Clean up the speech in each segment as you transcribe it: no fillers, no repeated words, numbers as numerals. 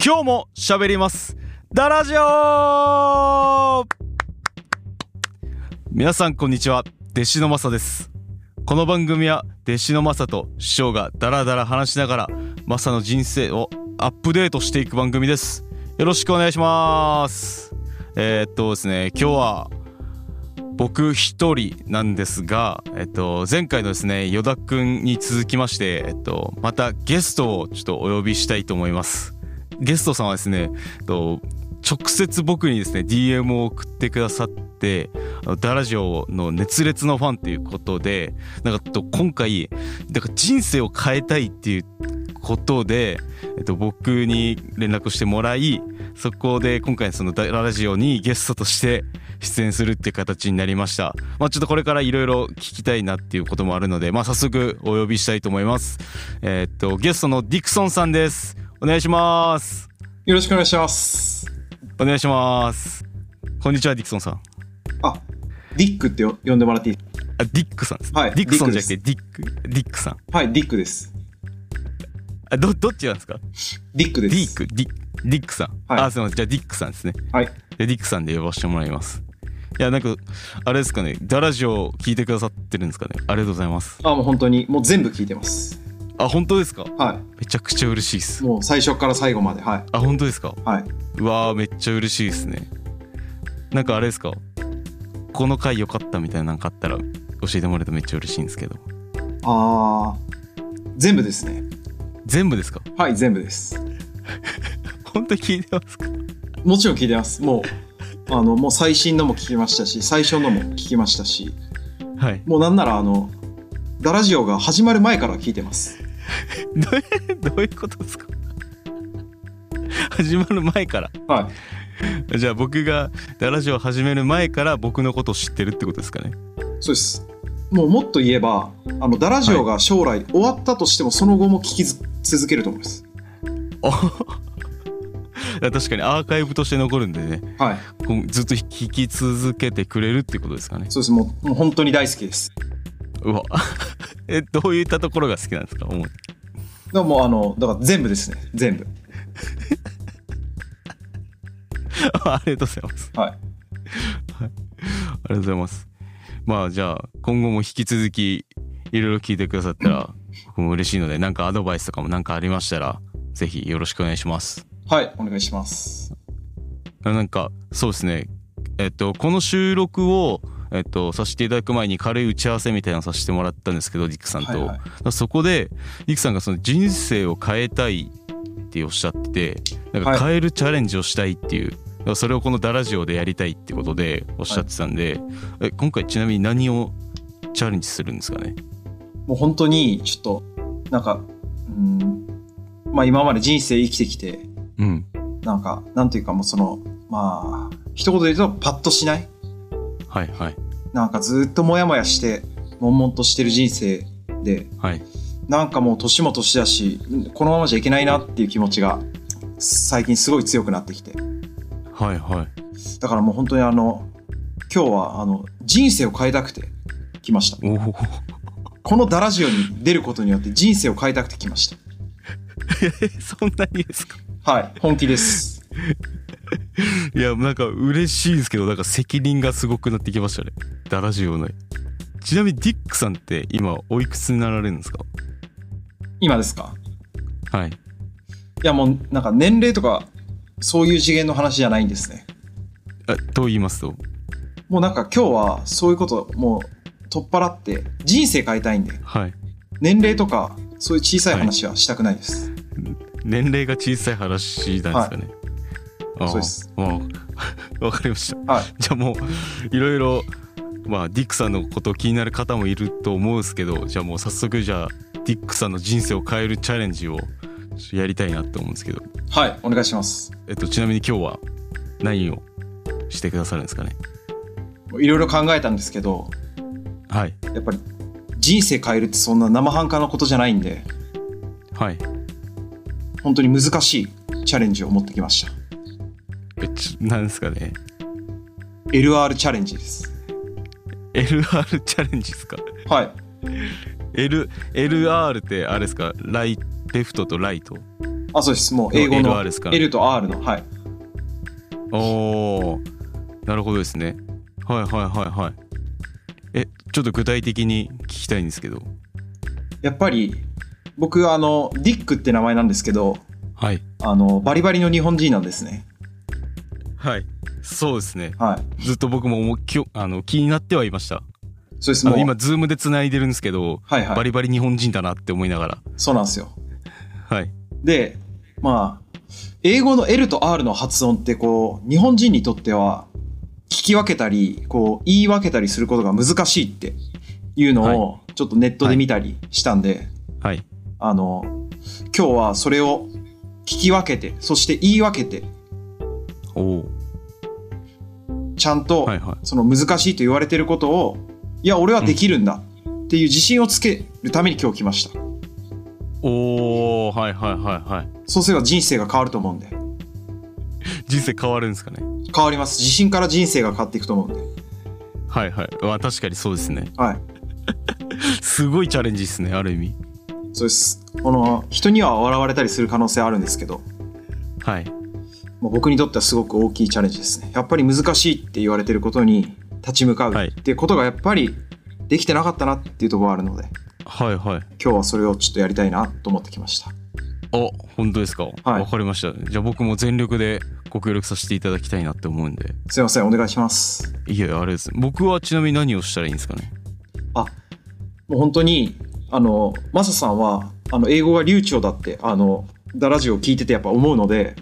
今日も喋りますダラジオ。皆さんこんにちは、弟子のマサです。この番組は弟子のマサと師匠がダラダラ話しながらマサの人生をアップデートしていく番組です。よろしくお願いします。ですね、今日は僕一人なんですが、前回のですねヨダくんに続きまして、またゲストをちょっとお呼びしたいと思います。ゲストさんはですね、直接僕にですね DM を送ってくださって、ダラジオの熱烈のファンということで、なんか今回なんか人生を変えたいっていうことで、僕に連絡してもらい、そこで今回そのダラジオにゲストとして出演するっていう形になりました。ちょっとこれからいろいろ聞きたいなっていうこともあるので、早速お呼びしたいと思います。ゲストのディクソンさんです。お願いします。 よろしくお願いします。 お願いします。こんにちは、ディクソンさん。 ディックって呼んでもらっていい？ ディックさんです。 はい。 ディクソンじゃなくてディックさん。 はい、ディックです。 どっちなんですか？ ディックです。 ディックさん。 はい。 すみません。じゃあディックさんですね。 はい。 ディックさんで呼ばせてもらいます。いや、なんかあれですかね、ダラジオ聞いてくださってるんですかね。ありがとうございます。 もう本当にもう全部聞いてます。 本当ですか？ はい。 めちゃくちゃ嬉しいです。 もう最初から最後まで。はい。 本当ですか？ はい。 うわー、めっちゃ嬉しいですね。なんかあれですか、この回良かったみたいななんかあったら教えてもらえるとめっちゃ嬉しいんですけど。 全部ですね。 全部ですか？ はい、全部です。 本当に聞いてますか？ もちろん聞いてます。もうもう最新のも聞きましたし、最初のも聞きましたし、 はい。 もうなんならダラジオが始まる前から聞いてます。 どういうことですか？始まる前から。 はい。 じゃあ僕がダラジオ始める前から僕のことを知ってるってことですかね？ そうです。もっと言えばダラジオが将来終わったとしてもその後も聞き続けると思います。 確かにアーカイブとして残るんでね、 はい、 ずっと聞き続けてくれるっていうことですかね？ そうです。もう本当に大好きです。 うわどういったところが好きなんですか？ だから全部ですね。全部ありがとうございます。 はい、 ありがとうございます。じゃあ今後も引き続きいろいろ聞いてくださったら僕も嬉しいので、なんかアドバイスとかもなんかありましたらぜひよろしくお願いします。 はい、お願いします。 なんかそうですね、この収録をさせていただく前に軽い打ち合わせみたいなのさせてもらったんですけど、ディックさんと、 はいはい、 そこでディックさんがその人生を変えたいっておっしゃってて、なんか変えるチャレンジをしたいっていう、それをこのダラジオでやりたいってことでおっしゃってたんで、今回ちなみに何をチャレンジするんですかね？ もう本当にちょっとなんか今まで人生生きてきて、なんていうかもう一言で言うとパッとしない、 はいはい、 なんかずっとモヤモヤして悶々としてる人生で、 はい、 なんかもう年も年だしこのままじゃいけないなっていう気持ちが最近すごい強くなってきて、 はいはい、 だからもう本当に今日は人生を変えたくて来ました。このダラジオに出ることによって人生を変えたくて来ました。 そんなにですか？ はい、本気です。 いや、なんか嬉しいですけど、なんか責任がすごくなってきましたね、ダラジオの。ちなみにディックさんって今おいくつになられるんですか？ 今ですか？ はい。いや、もうなんか年齢とかそういう次元の話じゃないんですね。 と言いますと？ もうなんか今日はそういうこともう取っ払って人生変えたいんで、 はい、 年齢とかそういう小さい話はしたくないです。はい、 年齢が小さい話なんですかね？ はい、そうです。 わかりました。 はい、 じゃあもういろいろディックさんのこと気になる方もいると思うんですけど、じゃあもう早速ディックさんの人生を変えるチャレンジをやりたいなと思うんですけど。 はい、お願いします。 ちなみに今日は何をしてくださるんですかね？ いろいろ考えたんですけど、 はい、 やっぱり人生変えるってそんな生半可なことじゃないんで、 はい、 本当に難しいチャレンジを持ってきました。 何ですかね？ LR チャレンジです。 LR チャレンジですか？ はい。 LR ってあれですか？レフトとライト？ あ、そうです。もう英語の LR ですからね。 L と R の、はい。 おー、なるほどですね。はいはいはいはい。ちょっと具体的に聞きたいんですけど。 やっぱり僕ディックって名前なんですけど、 はい。 バリバリの日本人なんですね。 はい。そうですね。 はい。 ずっと僕も気になってはいました。 そうです。もう今ズームで繋いでるんですけど、 はいはい。 バリバリ日本人だなって思いながら。 そうなんですよ。 はい。 で、まあ英語の L と R の発音ってこう日本人にとっては聞き分けたりこう言い分けたりすることが難しいっていうのをちょっとネットで見たりしたんで、 はい。 今日はそれを聞き分けて、そして言い分けて、 おー。 ちゃんとはいはい。 その難しいと言われていることを、いや俺はできるんだっていう自信をつけるために今日来ました。 おー、はいはいはいはい。 そうすれば人生が変わると思うんで。 人生変わるんですかね。 変わります。自信から人生が変わっていくと思うんで。 はいはい。確かにそうですね。 はい。 すごいチャレンジですね、ある意味。 そうです。人には笑われたりする可能性あるんですけど、 はい。 もう僕にとってはすごく大きいチャレンジですね。やっぱり難しいって言われてることに立ち向かうっていうことがやっぱりできてなかったなっていうところがあるので、 はいはい。 今日はそれをちょっとやりたいなと思ってきました。 本当ですか。 はい。 わかりました。じゃあ僕も全力でご協力させていただきたいなって思うんで。 すいません、お願いします。 いや、あれです。僕はちなみに何をしたらいいんですかね。 もう本当にマサさんは英語が流暢だってダラジオを聞いててやっぱ思うので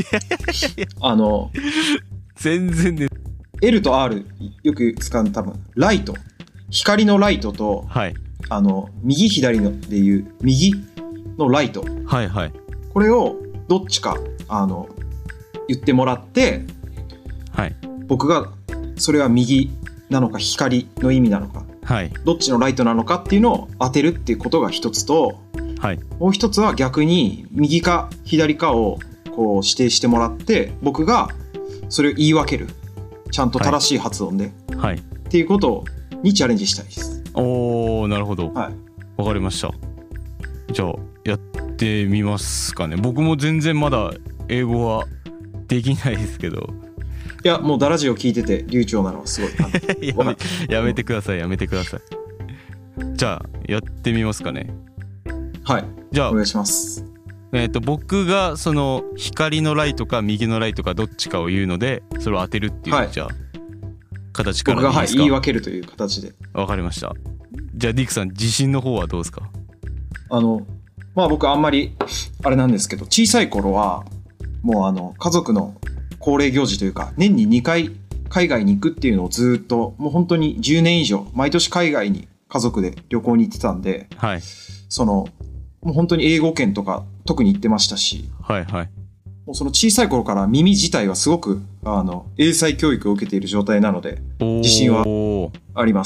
全然ね。 L と R よく使う多分ライト、光のライトと、 はい。 右左のでいう右のライト、 はいはい。 これをどっちか言ってもらって、 はい。 僕がそれは右なのか光の意味なのか、 はい。 どっちのライトなのかっていうのを当てるっていうことが一つと、 はい。 もう一つは逆に右か左かをこう指定してもらって、僕がそれを言い分ける、ちゃんと正しい発音で、 はい。 っていうことにチャレンジしたいです。 おー、なるほど。 はい。 わかりました。じゃあやってみますかね。僕も全然まだ英語はできないですけど。 いやもうダラジオ聞いてて流暢なのはすごいやめてください、やめてください。じゃあやってみますかね。 はい、 じゃあお願いします。 僕がその光のライトか右のライトかどっちかを言うので、それを当てるっていう、 はい、 じゃあ形から僕が、 いいですか。 言い分けるという形で。 わかりました。じゃあディックさん、自信の方はどうですか。 僕あんまりあれなんですけど、小さい頃はもう家族の恒例行事というか、年に2回海外に行くっていうのをずっともう本当に10年以上毎年海外に家族で旅行に行ってたんで、 はい。 もう本当に英語圏とか特に行ってましたし、 はいはい。 もうその小さい頃から耳自体はすごく英才教育を受けている状態なので、自信はあります。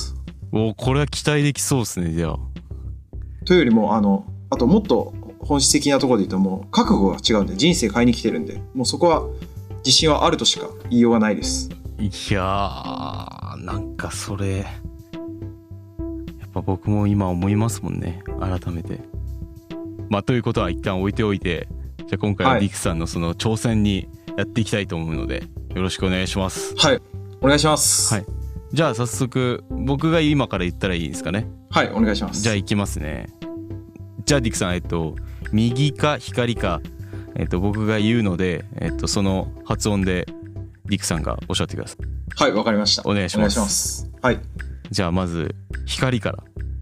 これは期待できそうですね。じゃあというよりもあともっと本質的なところで言うと、もう覚悟が違うんで、人生変えに来てるんで、もうそこは自信はあるとしか言いようがないです。 いやー、なんかそれやっぱ僕も今思いますもんね、改めて。まあということは一旦置いておいて、じゃあ今回はディックさんのその挑戦にやっていきたいと思うので、よろしくお願いします。 はい、お願いします。 はい。じゃあ早速僕が今から言ったらいいですかね。 はい、お願いします。 じゃあ行きますね。じゃあディックさん、右か光か、僕が言うので、その発音でディックさんがおっしゃってください。 はい、わかりました。 お願いします。 お願いします。はい。 じゃあまず光から。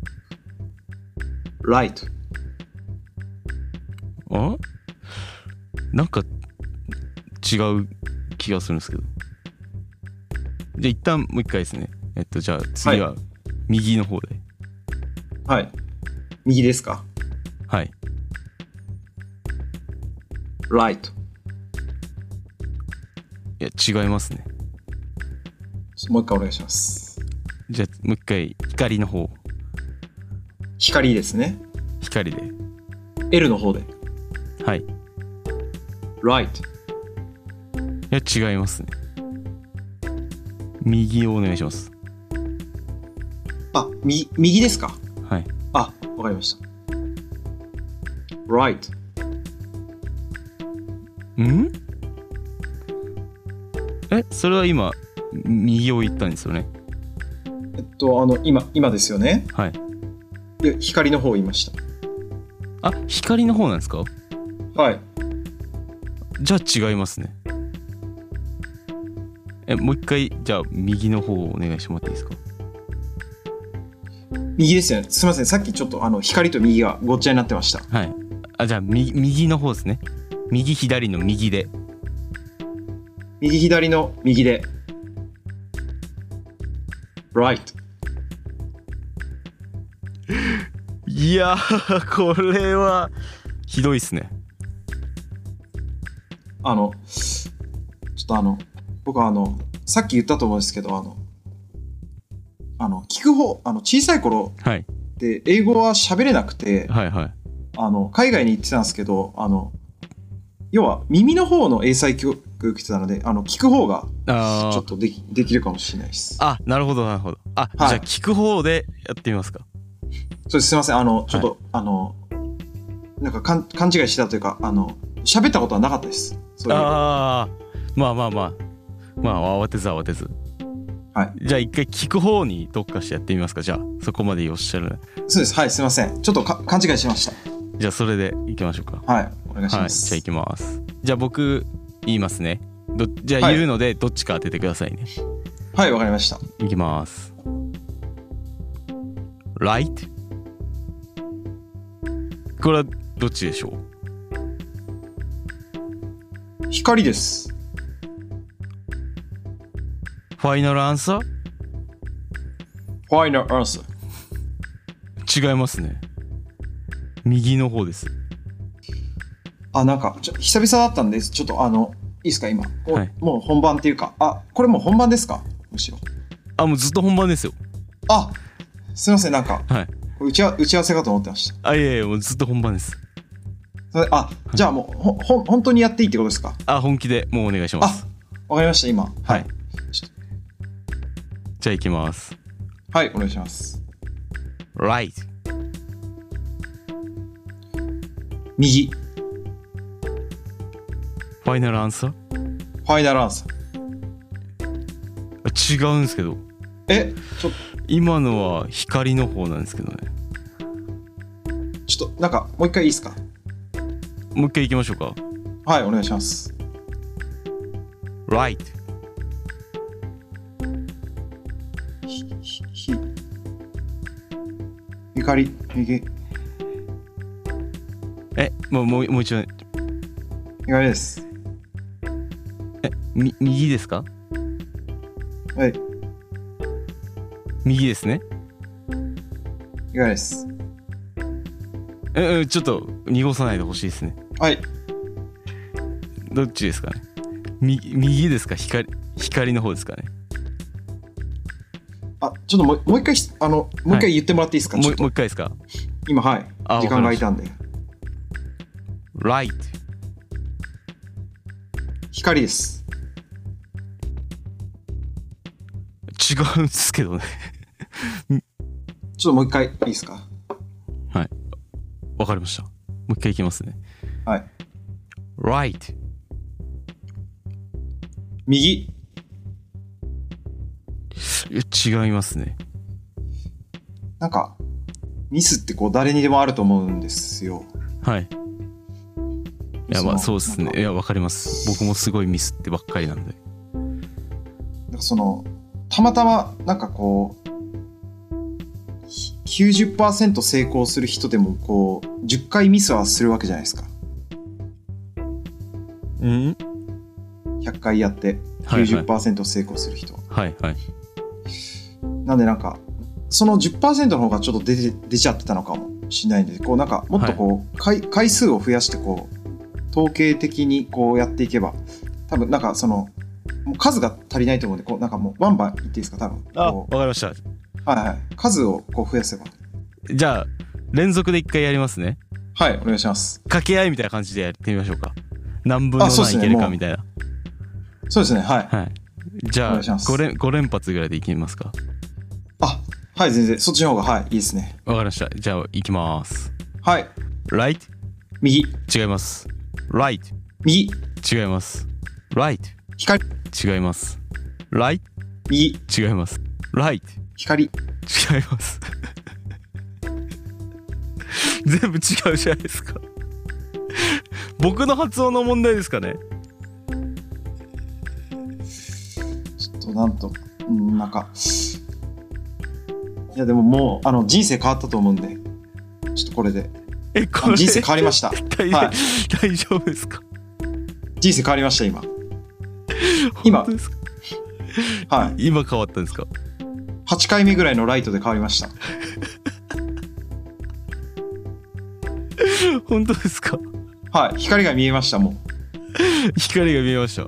ライト。 なんか違う気がするんですけど。じゃあ一旦もう一回ですね。じゃあ次は右の方で。 はい。右ですか。 はい。 ライト。 いや違いますね。 もう一回お願いします。 じゃあもう一回光の方。 光ですね。 光で。 L の方で。 はい。 ライト。 いや違いますね。右をお願いします。 右ですか。 はい。 わかりました。ライト。 ん？それは今右を言ったんですよね。 今ですよね。 はい。 いや、光の方を言いましあ、光の方なんですか？ た。はい。 じゃあ違いますね。もう一回じゃあ右の方をお願いしてもらっていいですか？ 右ですよね。すみません。さっきちょっと光と右がごっちゃになってました。 はい。じゃあ右の方ですね。右左の右で。 右左の右で。right。 いやー、これはひどいっすね。 ちょっと僕はさっき言ったと思うんですけど、聞く方、小さい頃はいって英語は喋れなくて、 はいはい。 海外に行ってたんですけど、要は耳の方の英才教育受けてたので、聞く方がちょっとできるかもしれないです。 あ、なるほどなるほど。 はい、 じゃあ聞く方でやってみますか。 そうです。すいません。ちょっと、なんか勘違いしてたというか、喋ったことはなかったです。そういう。 まあ慌てず。 はい。 じゃあ一回聞く方に特化してやってみますか。じゃあそこまでおっしゃる。 そうです。はい、すいません。ちょっと勘違いしました。 じゃあそれでいきましょうか。 はい、お願いします。 はい、じゃあいきます。じゃあ僕言いますね。じゃあ言うのでどっちか当ててくださいね。 はい、わかりました。 いきます。Light。これはどっちでしょう？ 光です。 ファイナルアンサー？ ファイナルアンサー。違いますね。右の方です。 なんか久々だったんです。ちょっといいですか今、はい、もう本番っていうか、これもう本番ですか？むしろもうずっと本番ですよ。 すいません。なんか、 はい、 打ち合わせかと思ってました。 いやいや、もうずっと本番です。 じゃあもう本当にやっていいってことですか？ 本気でもうお願いします。 わかりました。今はい。じゃあ行きます。 はい、お願いします。 Right。 右。 ファイナルアンサー？ ファイナルアンサー。違うんですけど。今のは光の方なんですけどね。 ちょっとなんかもう一回いいですか？ もう一回行きましょうか。 はい、お願いします。 Right。 光、右。 もう一度。 光です。 右ですか？ はい。 右ですね。 光です。 ちょっと濁さないでほしいですね。 はい。 どっちですかね。右ですか？光の方ですかね。 ちょっともう一回もう一回言ってもらっていいですか？ もう一回ですか？ 今、はい。時間が空いたんで。 Right。 光です。 違うんですけどね。 ちょっともう一回いいですか？ はい。わかりました。もう一回いきますね。 はい。 Right。 右。 違いますね。 なんかミスって誰にでもあると思うんですよ。 はい。いや、そうですね。いや、わかります。僕もすごいミスってばっかりなんで。 たまたま90% 成功する人でも10回ミスはするわけじゃないですか。100回やって90% 成功する人。 はいはい。 なんでその 10% の方がちょっと出ちゃってたのかもしれないんで、なんかもっと回数を増やして統計的にやっていけば、多分もう数が足りないと思うんで、なんかもうバンバンいっていいですか？多分。 わかりました。 はいはい。数を増やせば。 じゃあ連続で1回やりますね。 はい、お願いします。 掛け合いみたいな感じでやってみましょうか。何分の何いけるかみたいな。 そうですね。はい。 はい。じゃあ5連発ぐらいでいきますか？ はい、全然そっちの方がいいですね。 わかりました。じゃあいきます。 はい。 Right。 右。 違います。Right。 右。 違います。Right 光。 違います。Right 右。 違います。Right 光。 違います全部違うじゃないですか僕の発音の問題ですかね。 ちょっとなんかいやでももう人生変わったと思うんで、ちょっとこれでこれ人生変わりましたはい、 大丈夫ですか。 人生変わりました今本当ですか。 はい今変わったんですか。 8回目ぐらいのライトで変わりました本当ですか。 はい光が見えましたも光が見えました。 う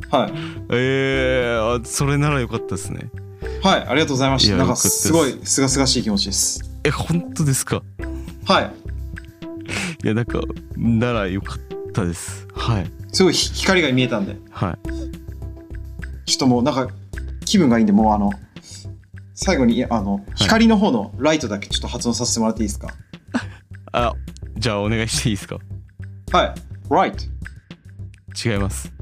はいそれならよかったですね。 はいありがとうございました。なんかいやよかったですすごいすがすがしい気持ちです。 本当ですか。 はいいやなんかならよかったです。はいすごい光が見えたんで、 はいちょっともうなんか気分がいいんで、もう最後に光の方のライトだけちょっと発音させてもらっていいですか。 じゃあお願いしていいですか。 はい Right 違います。